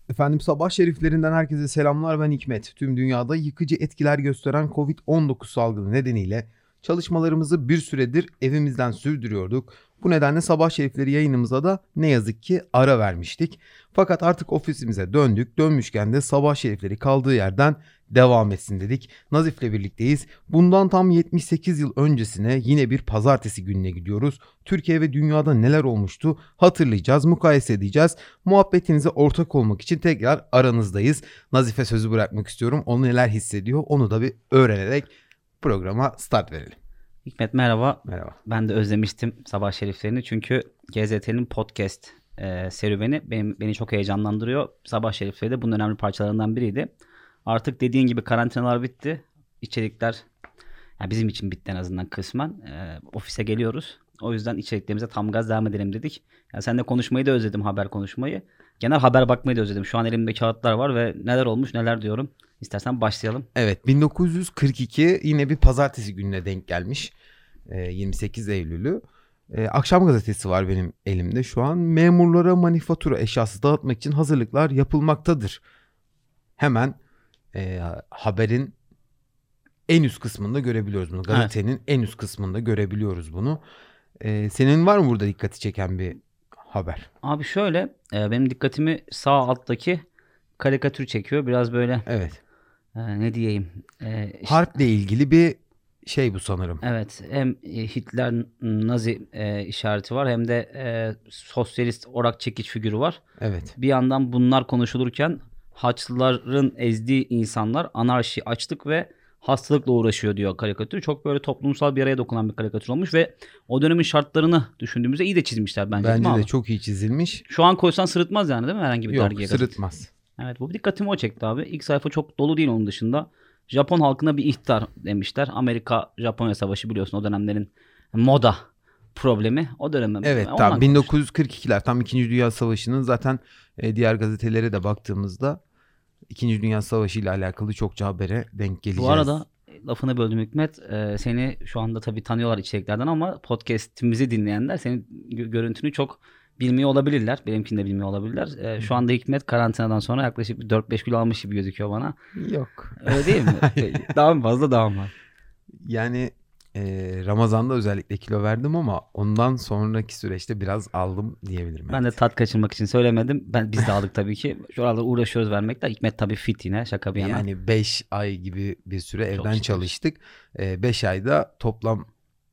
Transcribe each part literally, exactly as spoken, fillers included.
Efendim sabah şeriflerinden herkese selamlar, ben Hikmet. Tüm dünyada yıkıcı etkiler gösteren covid on dokuz salgını nedeniyle çalışmalarımızı bir süredir evimizden sürdürüyorduk. Bu nedenle sabah şerifleri yayınımıza da ne yazık ki ara vermiştik. Fakat artık ofisimize döndük. Dönmüşken de sabah şerifleri kaldığı yerden devam etsin dedik. Nazif'le birlikteyiz. Bundan tam yetmiş sekiz yıl öncesine yine bir pazartesi gününe gidiyoruz. Türkiye ve dünyada neler olmuştu hatırlayacağız, mukayese edeceğiz. Muhabbetinize ortak olmak için tekrar aranızdayız. Nazif'e sözü bırakmak istiyorum. O neler hissediyor onu da bir öğrenerek programa start verelim. Hikmet merhaba. Merhaba. Ben de özlemiştim sabah şeriflerini çünkü G Z T'nin podcast e, serüveni benim, beni çok heyecanlandırıyor. Sabah şerifleri de bunun önemli parçalarından biriydi. Artık dediğin gibi karantinalar bitti. İçerikler yani bizim için bitti en azından kısmen. E, ofise geliyoruz. O yüzden içeriklerimize tam gaz devam edelim dedik. Yani seninle konuşmayı da özledim, haber konuşmayı. Genel haber bakmayı da özledim. Şu an elimde kağıtlar var ve neler olmuş neler diyorum. İstersen başlayalım. Evet, bin dokuz yüz kırk iki yine bir pazartesi gününe denk gelmiş. E, yirmi sekiz Eylül'ü. E, Akşam gazetesi var benim elimde şu an. Memurlara manifatura eşyası dağıtmak için hazırlıklar yapılmaktadır. Hemen e, haberin en üst kısmında görebiliyoruz bunu. Gazetenin evet. en üst kısmında görebiliyoruz bunu. E, senin var mı burada dikkati çeken bir haber? Abi şöyle e, benim dikkatimi sağ alttaki karikatür çekiyor. Biraz böyle evet. e, ne diyeyim? E, işte, harple ilgili bir şey bu sanırım. Evet, hem Hitler Nazi e, işareti var hem de e, sosyalist orak çekiç figürü var. Evet. Bir yandan bunlar konuşulurken Haçlıların ezdiği insanlar anarşi, açlık ve hastalıkla uğraşıyor diyor karikatür. Çok böyle toplumsal bir araya dokunan bir karikatür olmuş ve o dönemin şartlarını düşündüğümüzde iyi de çizmişler bence. Bence de abi? çok iyi çizilmiş. Şu an koysan sırıtmaz yani değil mi herhangi bir Yok, dergiye? Yok sırıtmaz. Gazete. Evet, bu dikkatimi o çekti abi. İlk sayfa çok dolu değil onun dışında. Japon halkına bir ihtar demişler. Amerika-Japonya savaşı biliyorsun o dönemlerin moda problemi. O dönem. Evet tam bin dokuz yüz kırk ikiler tam İkinci Dünya Savaşı'nın zaten e, diğer gazetelere de baktığımızda İkinci Dünya Savaşı ile alakalı çokça habere denk geleceğiz. Bu arada lafını böldüm Hikmet. Ee, seni şu anda tabii tanıyorlar içeriklerden ama podcast'imizi dinleyenler senin görüntünü çok bilmiyor olabilirler. Benimkini de bilmiyor olabilirler. Ee, şu anda Hikmet karantinadan sonra yaklaşık dört beş kilo almış gibi gözüküyor bana. Yok. Öyle değil mi? Daha mı fazla daha mı var? Yani e, Ramazan'da özellikle kilo verdim ama ondan sonraki süreçte biraz aldım diyebilirim. Ben evet. de tat kaçırmak için söylemedim. Ben Biz de aldık tabii ki. Şu aralar uğraşıyoruz vermekle. Hikmet tabii fit yine, şaka bir yana. Yani beş ay gibi bir süre evden Çok çalıştık. beş e, ayda toplam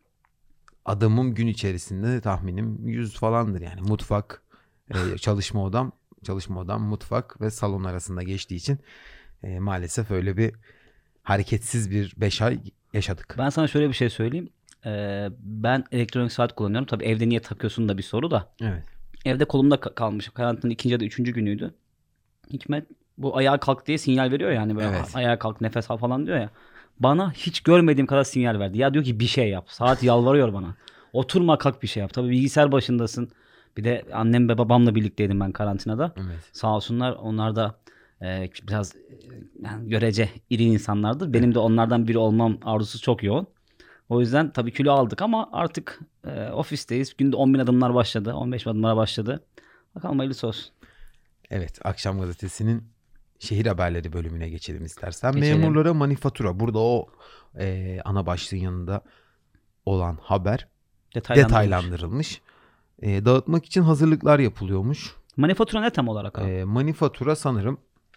adımım gün içerisinde tahminim yüz falandır yani. Mutfak, e, çalışma odam, çalışma odam, mutfak ve salon arasında geçtiği için e, maalesef öyle bir hareketsiz bir beş ay yaşadık. Ben sana şöyle bir şey söyleyeyim. Ee, ben elektronik saat kullanıyorum. Tabii evde niye takıyorsun da bir soru da. Evet. Evde kolumda kalmış. Karantinanın ikinci ya da üçüncü günüydü. Hikmet bu ayağa kalk diye sinyal veriyor yani. Böyle evet. Ayağa kalk, nefes al falan diyor ya. Bana hiç görmediğim kadar sinyal verdi. Ya diyor ki bir şey yap. Saat yalvarıyor bana. Oturma, kalk bir şey yap. Tabii bilgisayar başındasın. Bir de annem ve babamla birlikteydim ben karantinada. Evet. Sağ olsunlar, onlar da e, biraz e, yani görece iri insanlardır. Benim de onlardan biri olmam arzusu çok yoğun. O yüzden tabii kilo aldık ama artık e, ofisteyiz. Günde on bin adımlar başladı. on beş bin adımlara başladı. Bakalım hayırlısı olsun. Evet, Akşam Gazetesi'nin şehir haberleri bölümüne geçelim istersen. Geçelim. Memurlara manifatura. Burada o e, ana başlığın yanında olan haber Detaylandırılmış. detaylandırılmış. E, dağıtmak için hazırlıklar yapılıyormuş. Manifatura ne tam olarak abi? E, manifatura sanırım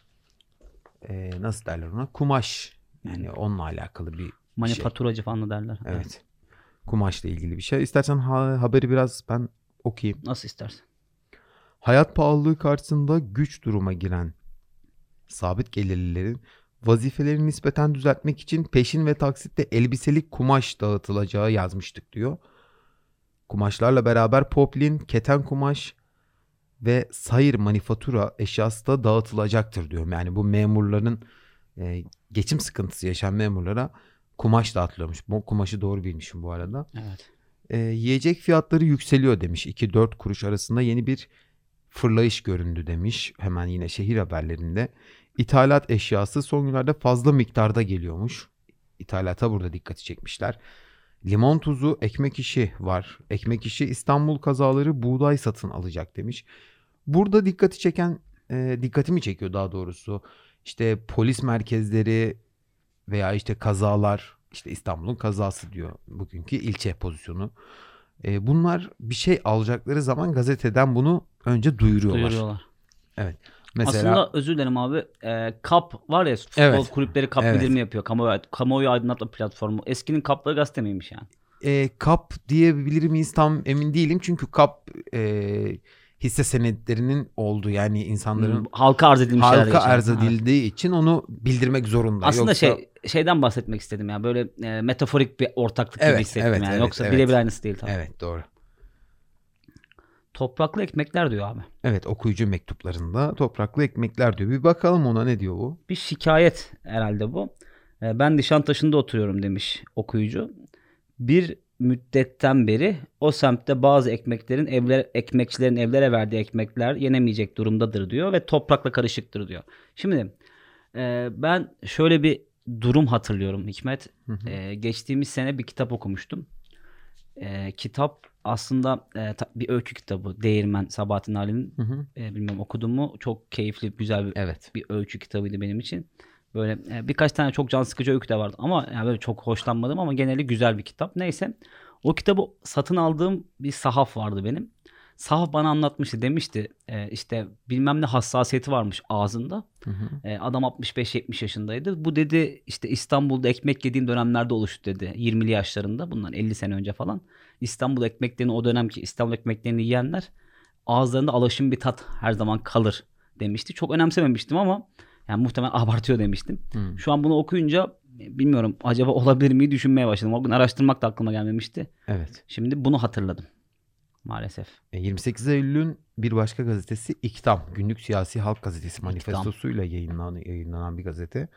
e, nasıl derler ona? Kumaş. Yani onunla alakalı bir Manifaturacı şey. falan da derler. Evet. evet. Kumaşla ilgili bir şey. İstersen ha- haberi biraz ben okuyayım. Nasıl istersen. Hayat pahalılığı karşısında güç duruma giren sabit gelirlilerin vazifelerini nispeten düzeltmek için peşin ve taksitle elbiselik kumaş dağıtılacağı yazmıştık diyor. Kumaşlarla beraber poplin, keten kumaş ve sayır manifatura eşyası da dağıtılacaktır diyor. Yani bu memurların e, geçim sıkıntısı yaşayan memurlara kumaş dağıtılıyormuş. Bu kumaşı doğru bilmişim bu arada. Evet. E, yiyecek fiyatları yükseliyor demiş. iki dört kuruş arasında yeni bir fırlayış göründü demiş. Hemen yine şehir haberlerinde. İthalat eşyası son günlerde fazla miktarda geliyormuş. İthalata burada dikkati çekmişler. Limon tuzu, ekmek işi var. Ekmek işi İstanbul kazaları buğday satın alacak demiş. Burada dikkati çeken e, dikkatimi çekiyor daha doğrusu. İşte polis merkezleri veya işte kazalar, işte İstanbul'un kazası diyor bugünkü ilçe pozisyonu. E, bunlar bir şey alacakları zaman gazeteden bunu önce duyuruyorlar. Duyuruyorlar. Evet. Mesela Aslında özür dilerim abi. E, KAP var ya, futbol Evet. kulüpleri KAP Evet. bildirimi yapıyor. Kamuoyu, kamuoyu aydınlatma platformu. Eskinin KAP'ları gazete miymiş yani? E, kap diyebilir miyiz tam emin değilim. Çünkü kap e, hisse senetlerinin olduğu, yani insanların Hmm, halka arz edilmiş şeyler halka geçen. arz Evet. edildiği için onu bildirmek zorunda. Aslında Yoksa şey şeyden bahsetmek istedim ya. Böyle e, metaforik bir ortaklık gibi Evet, hissettim evet, yani. evet, Yoksa evet. birebir aynısı değil tabii. evet, doğru. Topraklı ekmekler diyor abi. Evet, okuyucu mektuplarında topraklı ekmekler diyor. Bir bakalım ona, ne diyor bu? Bir şikayet herhalde bu. E, ben Nişantaşı'nda oturuyorum demiş okuyucu. Bir müddetten beri o semtte bazı ekmeklerin evler ekmekçilerin evlere verdiği ekmekler yenemeyecek durumdadır diyor ve toprakla karışıktır diyor. Şimdi e, ben şöyle bir durum hatırlıyorum Hikmet. Hı hı. E, geçtiğimiz sene bir kitap okumuştum. E, kitap aslında e, ta- bir öykü kitabı. Değirmen, Sabahattin Ali'nin. Hı hı. E, bilmiyorum okudun mu? Çok keyifli, güzel bir, Evet. bir öykü kitabıydı benim için. Böyle e, birkaç tane çok can sıkıcı öykü de vardı ama yani böyle çok hoşlanmadım ama geneli güzel bir kitap. Neyse, o kitabı satın aldığım bir sahaf vardı benim. Sahaf bana anlatmıştı, demişti e, işte bilmem ne hassasiyeti varmış ağzında. Hı hı. E, adam altmış beş yetmiş yaşındaydı. Bu dedi işte İstanbul'da ekmek yediğim dönemlerde oluştu dedi. yirmili yaşlarında, bundan elli sene önce falan. İstanbul ekmeklerini, o dönemki İstanbul ekmeklerini yiyenler ağızlarında alaşım bir tat her zaman kalır demişti. Çok önemsememiştim ama yani muhtemelen abartıyor demiştim. Hı. Şu an bunu okuyunca bilmiyorum, acaba olabilir mi düşünmeye başladım. O gün araştırmak da aklıma gelmemişti. Evet. Şimdi bunu hatırladım maalesef. E, yirmi sekiz Eylül'ün bir başka gazetesi İktam, Günlük Siyasi Halk Gazetesi manifestosuyla yayınlanan, yayınlanan bir gazete.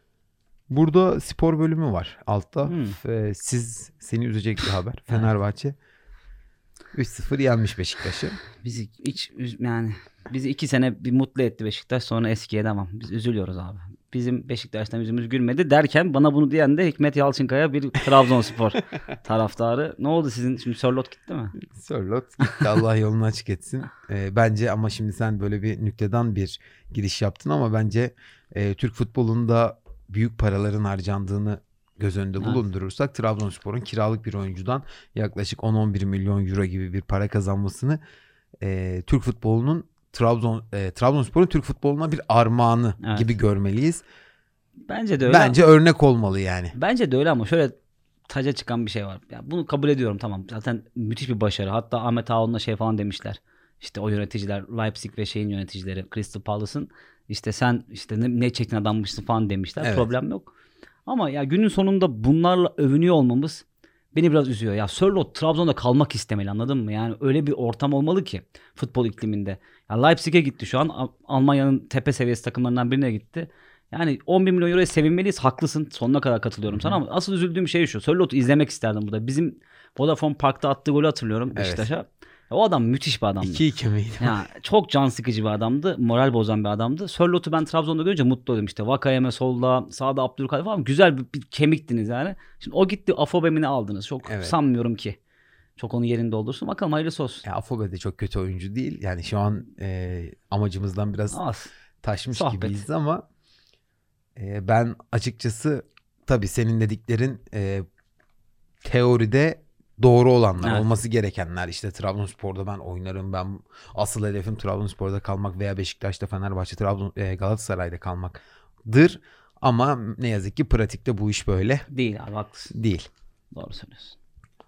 Burada spor bölümü var altta. Hmm. F- siz seni üzecek bir haber. Fenerbahçe üç sıfır yenmiş Beşiktaş'ı. Bizi hiç üz- yani bizi iki sene bir mutlu etti Beşiktaş, sonra eskiye devam. Biz üzülüyoruz abi. Bizim Beşiktaş'tan yüzümüz gülmedi derken bana bunu diyen de Hikmet Yalçınkaya, bir Trabzonspor taraftarı. Ne oldu sizin şimdi, Sörloth gitti mi? Sörloth gitti, Allah yolunu açık etsin. E, bence ama şimdi sen böyle bir nüktedan bir giriş yaptın ama bence e, Türk futbolunda büyük paraların harcandığını göz önünde Evet. bulundurursak Trabzonspor'un kiralık bir oyuncudan yaklaşık on on bir milyon euro gibi bir para kazanmasını e, Türk futbolunun Trabzon e, Trabzonspor'un Türk futboluna bir armağanı Evet. gibi görmeliyiz. Bence de öyle. Bence örnek olmalı yani. Bence de öyle ama şöyle taca çıkan bir şey var. Ya bunu kabul ediyorum, tamam. Zaten müthiş bir başarı. Hatta Ahmet Ağaoğlu'na şey falan demişler. İşte o yöneticiler, Leipzig ve şeyin yöneticileri, Crystal Palace'ın, işte sen işte ne, ne çektin adammışsın falan demişler. Evet. Problem yok. Ama ya günün sonunda bunlarla övünüyor olmamız beni biraz üzüyor. Ya Sörloth Trabzon'da kalmak istemeli, anladın mı? Yani öyle bir ortam olmalı ki futbol ikliminde. Ya Leipzig'e gitti şu an. Al- Almanya'nın tepe seviyesi takımlarından birine gitti. Yani on bir milyon euroya sevinmeliyiz. Haklısın. Sonuna kadar katılıyorum sana ama asıl üzüldüğüm şey şu. Sörloth'u izlemek isterdim burada. Bizim Vodafone Park'ta attığı golü hatırlıyorum Evet. Beşiktaş'a. Ya o adam müthiş bir adamdı. iki iki miydi? Ya çok can sıkıcı bir adamdı. Moral bozan bir adamdı. Sörloth'u ben Trabzon'da görünce mutlu oldum işte. Vakayeme solda, sağda Abdülkadir falan. Güzel bir, bir kemiktiniz yani. Şimdi o gitti, Afobemini aldınız. Çok Evet. sanmıyorum ki çok onun yerinde olursun. Bakalım, hayırlısı olsun. Ya Afobe de çok kötü oyuncu değil. Yani şu an e, amacımızdan biraz Az. taşmış Sohbet. gibiyiz ama e, ben açıkçası tabii senin dediklerin e, teoride doğru olanlar, Evet. olması gerekenler. İşte Trabzonspor'da ben oynarım. Ben asıl hedefim Trabzonspor'da kalmak veya Beşiktaş'ta, Fenerbahçe, Trabzon, e, Galatasaray'da kalmaktır. Ama ne yazık ki pratikte bu iş böyle Değil abi, haklısın. değil. Doğru söylüyorsun.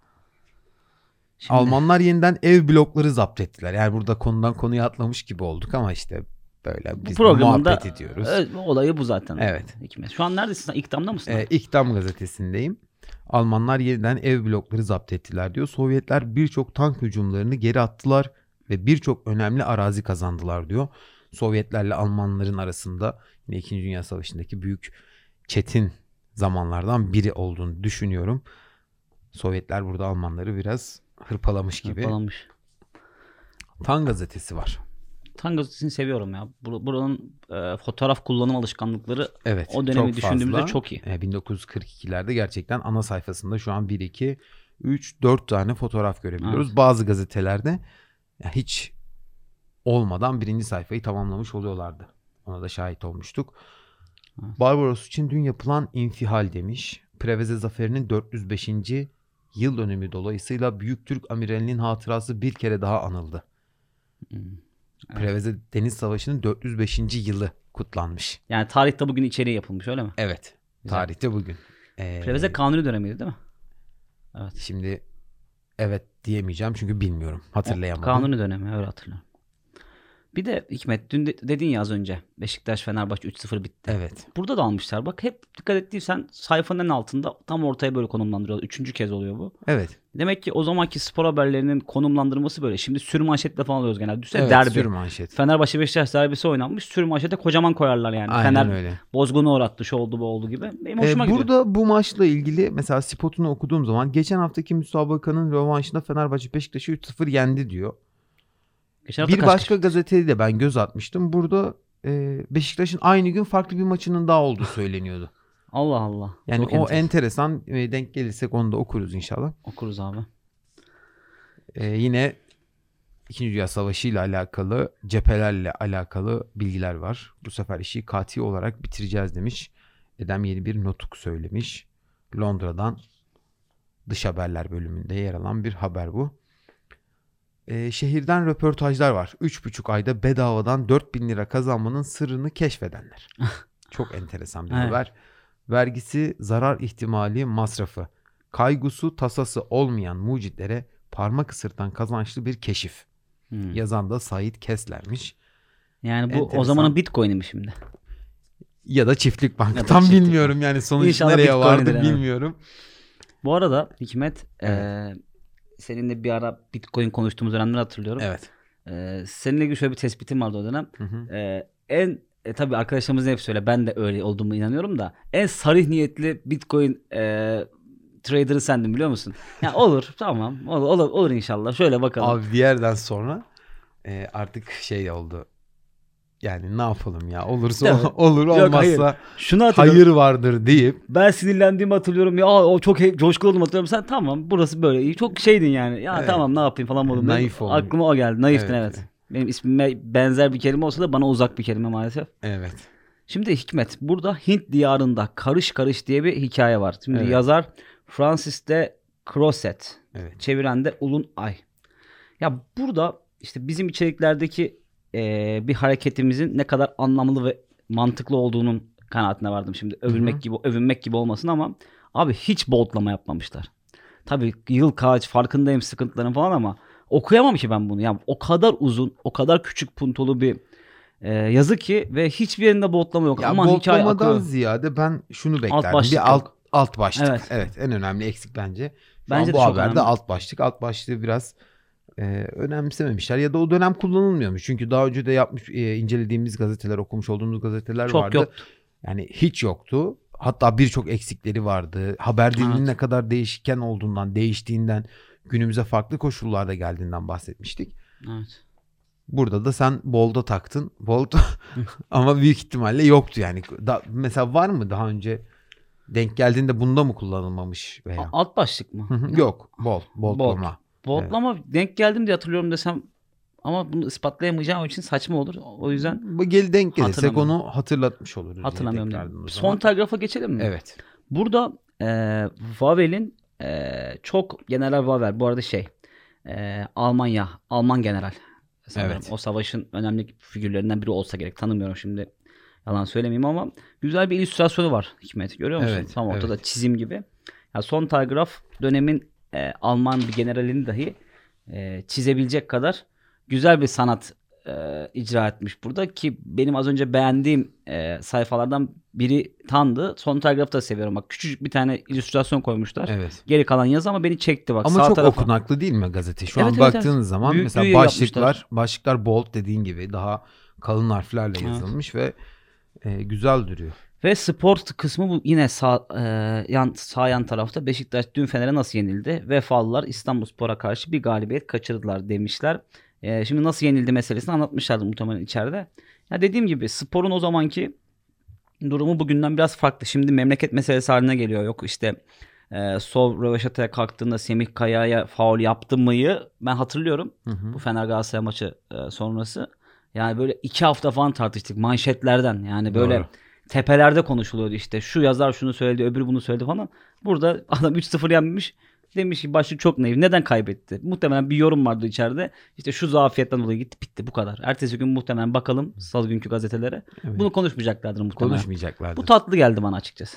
Şimdi, Almanlar yeniden ev blokları zapt ettiler. Yani burada konudan konuya atlamış gibi olduk ama işte böyle bu biz de programında muhabbet ediyoruz. ö- olayı bu zaten. Evet. Hikmet. Şu an neredesin sen? İktam'da mısın? Ee, İktam gazetesindeyim. Almanlar yeniden ev blokları zapt ettiler diyor. Sovyetler birçok tank hücumlarını geri attılar ve birçok önemli arazi kazandılar diyor. Sovyetlerle Almanların arasında yine İkinci Dünya Savaşı'ndaki büyük çetin zamanlardan biri olduğunu düşünüyorum. Sovyetler burada Almanları biraz hırpalamış gibi. Hırpalamış. Tan gazetesi var. Tan gazetesini seviyorum ya. Bur- buranın e, fotoğraf kullanım alışkanlıkları Evet. o dönemi çok düşündüğümüzde fazla. çok iyi. E, bin dokuz yüz kırk ikilerde gerçekten ana sayfasında şu an bir, iki, üç, dört tane fotoğraf görebiliyoruz. Evet. Bazı gazetelerde ya hiç olmadan birinci sayfayı tamamlamış oluyorlardı. Ona da şahit olmuştuk. Evet. Barbaros için dün yapılan infihal demiş. Preveze Zaferi'nin dört yüz beşinci yıl dönümü dolayısıyla Büyük Türk Amirali'nin hatırası bir kere daha anıldı. Hmm. Evet. Preveze Deniz Savaşı'nın dört yüz beşinci yılı kutlanmış. Yani tarihte bugün içeriği yapılmış öyle mi? Evet. Güzel. Tarihte bugün. Ee, Preveze Kanuni dönemiydi değil mi? Evet. Şimdi evet diyemeyeceğim çünkü bilmiyorum. Hatırlayamadım. Kanuni dönemi öyle hatırlıyorum. Bir de Hikmet dün de, dedin ya az önce Beşiktaş Fenerbahçe üç sıfır bitti. Evet. Burada da almışlar. Bak hep dikkat ettiysen sayfanın en altında tam ortaya böyle konumlandırıyorlar. Üçüncü kez oluyor bu. Evet. Demek ki o zamanki spor haberlerinin konumlandırması böyle. Şimdi sürmanşetle falan alıyoruz genelde. Düşünsene Evet, derbi. sürmanşet. Fenerbahçe Beşiktaş derbisi oynanmış. Sürmanşete kocaman koyarlar yani. Aynen Fener öyle. bozgunu uğrattı, şu oldu bu oldu gibi. Benim hoşuma Ee, gidiyor. burada bu maçla ilgili mesela spotunu okuduğum zaman geçen haftaki müsabakanın rövanşında Fenerbahçe Beşiktaş'ı üç sıfır yendi diyor. Geçen hafta Bir kaç başka kaç? gazeteye de ben göz atmıştım. Burada e, Beşiktaş'ın aynı gün farklı bir maçının daha olduğu söyleniyordu. Allah Allah. Yani Çok o enteresan. enteresan. E, denk gelirsek onu da okuruz inşallah. Okuruz abi. E, yine İkinci Dünya Savaşı ile alakalı, cephelerle alakalı bilgiler var. Bu sefer işi kati olarak bitireceğiz demiş. Edem yeni bir notuk söylemiş. Londra'dan Dış Haberler bölümünde yer alan bir haber bu. Ee, şehirden röportajlar var. üç buçuk ayda bedavadan dört bin lira kazanmanın sırrını keşfedenler. Çok enteresan bir Evet. haber. Vergisi, zarar ihtimali, masrafı, kaygusu, tasası olmayan mucitlere parmak ısırtan kazançlı bir keşif. Hmm. Yazan da Sait Kesler'miş. Yani bu Enteresan. o zamanın Bitcoin'i mi şimdi? Ya da Çiftlik Bank. Ya da Tam Çiftlik bilmiyorum yani sonuç İnşallah nereye Bitcoin'dir vardı yani. bilmiyorum. Bu arada Hikmet Evet. eee, seninle bir ara Bitcoin konuştuğumuz dönemleri hatırlıyorum. Evet. Eee, seninle ilgili şöyle bir tespitim vardı o dönem. Hı hı. Eee, en e, tabii arkadaşlarımız hep söyle, ben de öyle olduğumu inanıyorum da en sarih niyetli Bitcoin eee trader'ı sendin biliyor musun? Ya olur tamam olur, olur olur inşallah, şöyle bakalım. Abi bir yerden sonra e, artık şey oldu. Yani ne yapalım ya, olursa Değil mi? olur, Yok, olmazsa hayır. Şunu hatırlıyorum. hayır vardır deyip Ben sinirlendiğimi hatırlıyorum. Ya o çok he- coşkulu oldum hatırlıyorum. Sen tamam burası böyle. Çok şeydin yani. Ya Evet. tamam ne yapayım falan oldum. Naif Benim oldum. aklıma o geldi. Naiftin Evet. evet. Benim ismime benzer bir kelime olsa da bana uzak bir kelime maalesef. evet. Şimdi Hikmet, burada Hint diyarında karış karış diye bir hikaye var. Şimdi Evet. yazar Francis de Crozet. Evet. Çeviren de Ulun Ay. Ya burada işte bizim içeriklerdeki eee, bir hareketimizin ne kadar anlamlı ve mantıklı olduğunun kanaatine vardım. Şimdi övülmek Hı hı. gibi övünmek gibi olmasın ama abi hiç boldlama yapmamışlar. Tabii yıl kaç farkındayım sıkıntıların falan ama okuyamam ki ben bunu. Yani o kadar uzun, o kadar küçük puntolu bir eee, yazı ki ve hiçbir yerinde boldlama yok. Ya Aman hikaye botlamadan akıyor. ziyade ben şunu beklerdim. başlık bir alt yok. alt başlık. Evet. Evet. En önemli eksik bence. Şu Bence an de bu çok haberde önemli. alt başlık. Alt başlığı biraz e, önemsememişler ya da o dönem kullanılmıyormuş. Çünkü daha önce de yapmış e, incelediğimiz gazeteler, okumuş olduğumuz gazeteler Çok vardı. yoktu. Yani hiç yoktu. Hatta birçok eksikleri vardı. Haber dilinin Evet. ne kadar değişken olduğundan, değiştiğinden, günümüze farklı koşullarda geldiğinden bahsetmiştik. Evet. Burada da sen bold'a taktın. Bold ama büyük ihtimalle yoktu yani. Da, mesela var mı daha önce denk geldiğinde bunda mı kullanılmamış veya? A- Alt başlık mı? Hı hı, Yok. Bold. Boldlama. Boldlama denk geldim diye hatırlıyorum desem ama bunu ispatlayamayacağım için saçma olur. O yüzden Bu gel denk gelirsek Hatırlamıyorum. onu hatırlatmış oluruz. yine hatırlamıyorum. tekrardan diyorum. o Son zaman. telgrafa geçelim mi? Evet. Burada e, Wawel'in e, çok General Wawel bu arada şey e, Almanya Alman general sanırım. Evet. O savaşın önemli figürlerinden biri olsa gerek. Tanımıyorum şimdi. Yalan söylemeyeyim ama güzel bir illüstrasyonu var Hikmet. Görüyor musun? Evet, Tam ortada evet. çizim gibi. Ya son telgraf dönemin e, Alman bir generalini dahi e, çizebilecek kadar güzel bir sanat e, icra etmiş burada ki benim az önce beğendiğim e, sayfalardan biri Tan'dı. Son telgrafı da seviyorum. Bak küçücük bir tane illüstrasyon koymuşlar. Evet. Geri kalan yazı ama beni çekti bak. Ama Sağ çok tarafa. okunaklı değil mi gazete? Şu Evet, an evet, baktığınız evet. zaman Büyük mesela büyü başlıklar, yapmışlar. başlıklar bold dediğin gibi daha kalın harflerle Evet. yazılmış ve e, güzel duruyor. Ve sport kısmı bu yine sağ, e, yan, sağ yan tarafta Beşiktaş dün Fener'e nasıl yenildi? Vefalılar İstanbulspor'a karşı bir galibiyet kaçırdılar demişler. E, şimdi nasıl yenildi meselesini anlatmışlardı muhtemelen içeride. Ya dediğim gibi sporun o zamanki durumu bugünden biraz farklı. Şimdi memleket meselesi haline geliyor. Yok işte e, Sov röveşataya kalktığında Semih Kaya'ya faul yaptı mıyı ben hatırlıyorum. Hı hı. Bu Fener Galatasaray maçı e, sonrası. Yani böyle iki hafta falan tartıştık manşetlerden. Yani böyle Doğru. tepelerde konuşuluyordu işte. Şu yazar şunu söyledi, öbürü bunu söyledi falan. Burada adam üç sıfır yenmiş. Demiş ki başlık çok naif. Neden kaybetti? Muhtemelen bir yorum vardı içeride. İşte şu zafiyetten dolayı gitti bitti bu kadar. Ertesi gün muhtemelen bakalım salı günkü gazetelere. Evet. Bunu konuşmayacaklardır muhtemelen. Konuşmayacaklardır. Bu tatlı geldi bana açıkçası.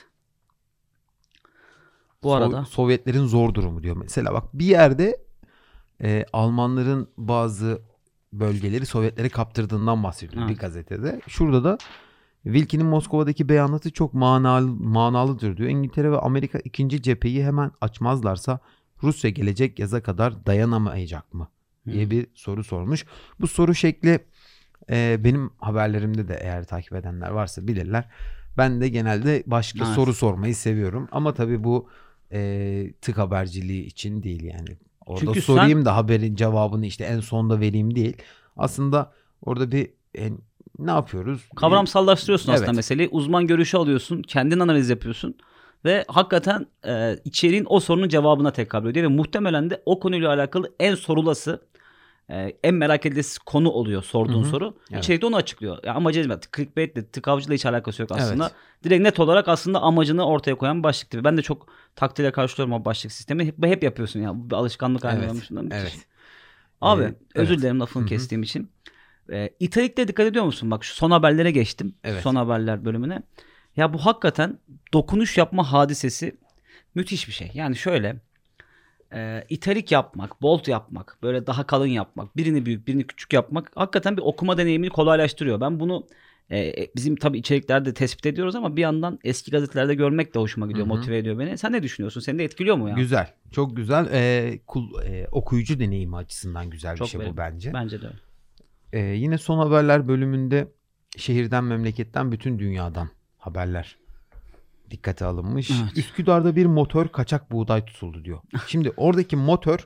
Bu So- arada. Sovyetlerin zor durumu diyor. Mesela bak bir yerde e, Almanların bazı bölgeleri Sovyetlere kaptırdığından bahsediyor Evet. bir gazetede. Şurada da Wilke'nin Moskova'daki beyanatı çok manalı, manalıdır diyor. İngiltere ve Amerika ikinci cepheyi hemen açmazlarsa Rusya gelecek yaza kadar dayanamayacak mı diye bir soru sormuş. Bu soru şekli e, benim haberlerimde de eğer takip edenler varsa bilirler. Ben de genelde başka Evet. soru sormayı seviyorum. Ama tabii bu e, tık haberciliği için değil yani. Orada Çünkü sorayım sen- da haberin cevabını işte en sonda vereyim değil. Aslında orada bir e, ne yapıyoruz? Kavramsallaştırıyorsun aslında Evet. meseleyi. Uzman görüşü alıyorsun. Kendin analiz yapıyorsun. Ve hakikaten e, içeriğin o sorunun cevabına tekabül ediyor. Ve muhtemelen de o konuyla alakalı en sorulası, e, en merak edilesi konu oluyor sorduğun Hı hı. soru. Evet. İçerikte onu açıklıyor. Ya amacı ezme. Clickbait'le, tık avcıyla hiç alakası yok aslında. Evet. Direkt net olarak aslında amacını ortaya koyan bir başlık tipi. Ben de çok takdirle karşılıyorum o başlık sistemi. Hep, hep yapıyorsun ya. Bu bir alışkanlık haline Evet. gelmişsin. Müthiş. Evet. Abi Ee, özür evet. dilerim lafını Hı hı. kestiğim için. E, İtalik'te dikkat ediyor musun? Bak şu son haberlere geçtim. Evet. Son haberler bölümüne. Ya bu hakikaten dokunuş yapma hadisesi müthiş bir şey. Yani şöyle e, italik yapmak, bold yapmak, böyle daha kalın yapmak, birini büyük birini küçük yapmak hakikaten bir okuma deneyimini kolaylaştırıyor. Ben bunu e, bizim tabii içeriklerde tespit ediyoruz ama bir yandan eski gazetelerde görmek de hoşuma gidiyor, Hı hı. motive ediyor beni. Sen ne düşünüyorsun? Seni de etkiliyor mu ya? Güzel. Çok güzel. Ee, kul- e, okuyucu deneyimi açısından güzel Çok bir şey verimli. bu bence. Bence de öyle. Ee, yine son haberler bölümünde şehirden memleketten bütün dünyadan haberler dikkate alınmış. Evet. Üsküdar'da bir motor kaçak buğday tutuldu diyor. Şimdi oradaki motor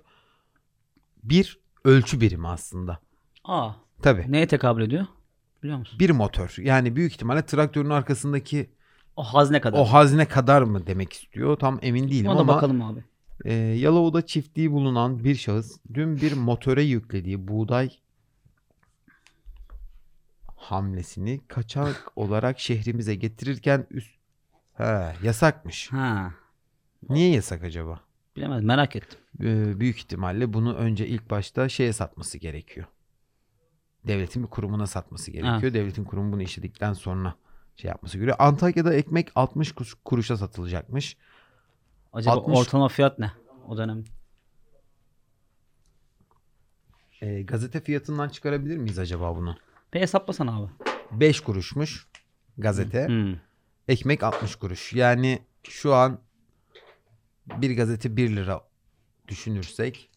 bir ölçü birimi aslında. Aa, Tabii. neye tekabül ediyor? Biliyor musun? Bir motor. Yani büyük ihtimalle traktörün arkasındaki O hazne kadar. o hazne kadar mı demek istiyor. Tam emin değilim Ona da ama bakalım abi. e, Yalova'da çiftliği bulunan bir şahıs dün bir motöre yüklediği buğday hamlesini kaçak olarak şehrimize getirirken üst... He, yasakmış. Ha, Niye yasak acaba? bilemedim, merak ettim. Ee, büyük ihtimalle bunu önce ilk başta şeye satması gerekiyor. Devletin bir kurumuna satması gerekiyor. Ha. Devletin kurumu bunu işledikten sonra şey yapması gerekiyor. Antakya'da ekmek altmış kus- kuruşa satılacakmış. Acaba altmış ortalama fiyat ne o dönem? Ee, gazete fiyatından çıkarabilir miyiz acaba bunu? Bir hesaplasana abi. beş kuruşmuş gazete. Hmm. Ekmek altmış kuruş. Yani şu an bir gazete bir lira düşünürsek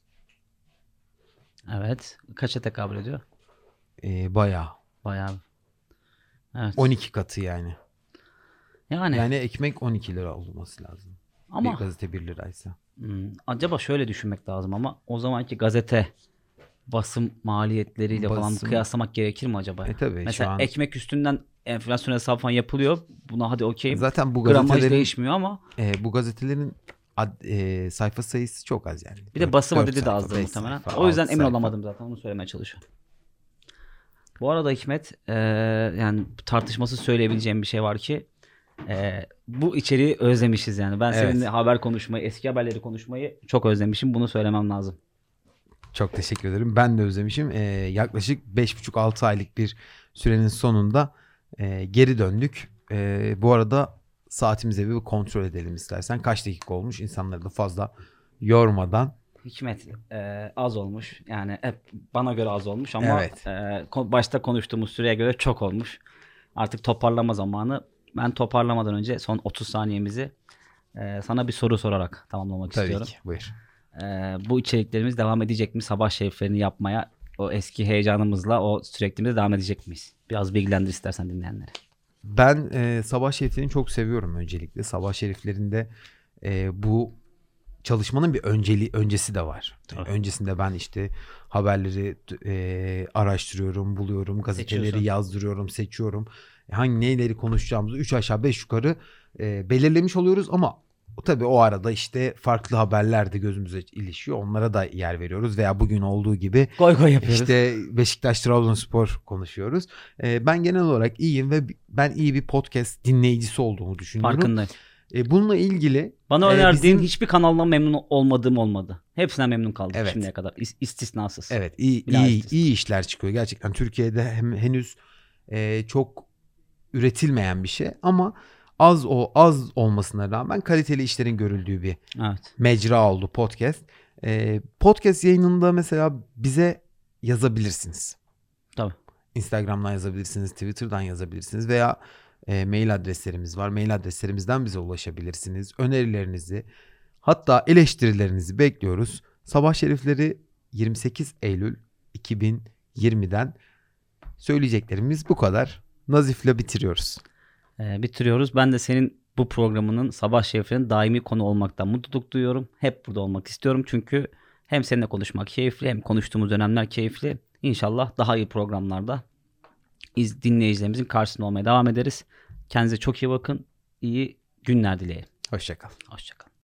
Evet. Kaça tekabül ediyor? e, bayağı Bayağı. Evet. on iki katı yani. Yani, Yani ekmek on iki lira olması lazım. ama Bir gazete bir liraysa. hmm, acaba şöyle düşünmek lazım ama o zamanki gazete basım maliyetleriyle falan Basım- kıyaslamak gerekir mi acaba? E tabii Mesela şu an ekmek üstünden enflasyon hesabı falan yapılıyor. Buna hadi okeyim. zaten bu Gramaj gazetelerin değişmiyor ama e, bu gazetelerin ad- e, sayfa sayısı çok az yani. bir de Dört- basım dört adedi de sayfa, azdır beş muhtemelen. sayfa, O yüzden altı emin sayfa. olamadım zaten. Onu söylemeye çalışıyorum. Bu arada Hikmet, eee, yani tartışmasız söyleyebileceğim bir şey var ki eee, bu içeriği özlemişiz yani. Ben Evet. seninle haber konuşmayı, eski haberleri konuşmayı çok özlemişim. Bunu söylemem lazım. Çok teşekkür ederim. Ben de özlemişim. E, yaklaşık beş buçuk altı aylık bir sürenin sonunda e, geri döndük. E, bu arada saatimize bir kontrol edelim istersen. Kaç dakika olmuş? İnsanları da fazla yormadan. Hikmet eee, az olmuş. Yani hep bana göre az olmuş ama Evet. eee, ko- başta konuştuğumuz süreye göre çok olmuş. Artık toparlama zamanı. Ben toparlamadan önce son otuz saniyemizi eee, sana bir soru sorarak tamamlamak Tabii istiyorum. ki. Buyur. Ee, bu içeriklerimiz devam edecek mi? Sabah şeriflerini yapmaya o eski heyecanımızla o sürekliliğimizle devam edecek miyiz? Biraz bilgilendir istersen dinleyenleri. Ben e, sabah şeriflerini çok seviyorum öncelikle. Sabah şeriflerinde e, bu çalışmanın bir önceli öncesi de var. Yani Tabii. öncesinde ben işte haberleri e, araştırıyorum, buluyorum, gazeteleri Seçiyorsun. yazdırıyorum, seçiyorum. Hangi neyleri konuşacağımızı üç aşağı beş yukarı e, belirlemiş oluyoruz ama tabii o arada işte farklı haberler de gözümüze ilişiyor. Onlara da yer veriyoruz veya bugün olduğu gibi Goy goy yapıyoruz. işte Beşiktaş Trabzonspor konuşuyoruz. Ee, ben genel olarak iyiyim ve ben iyi bir podcast dinleyicisi olduğumu düşünüyorum. Farkındayım. Ee, bununla ilgili Bana e, önerdiğin bizim- hiçbir kanaldan memnun olmadığım olmadı. Hepsinden memnun kaldım Evet. şimdiye kadar. İs- istisnasız. Evet, iyi Bilal iyi istisna. iyi işler çıkıyor gerçekten. Türkiye'de hem henüz e, çok üretilmeyen bir şey ama az o az olmasına rağmen kaliteli işlerin görüldüğü bir Evet. mecra oldu podcast. E, podcast yayınında mesela bize yazabilirsiniz. Tabii. Instagram'dan yazabilirsiniz, Twitter'dan yazabilirsiniz veya e, mail adreslerimiz var. Mail adreslerimizden bize ulaşabilirsiniz. Önerilerinizi, hatta eleştirilerinizi bekliyoruz. Sabah Şerifleri yirmi sekiz Eylül iki bin yirmiden söyleyeceklerimiz bu kadar. Nazif'le bitiriyoruz. Ee, bitiriyoruz. Ben de senin bu programının Sabah Şeriflerinin daimi konu olmaktan mutluluk duyuyorum. Hep burada olmak istiyorum çünkü hem seninle konuşmak keyifli hem konuştuğumuz dönemler keyifli. İnşallah daha iyi programlarda iz, dinleyicilerimizin karşısında olmaya devam ederiz. Kendinize çok iyi bakın. İyi günler dileyelim. Hoşça kal. Hoşça kalın.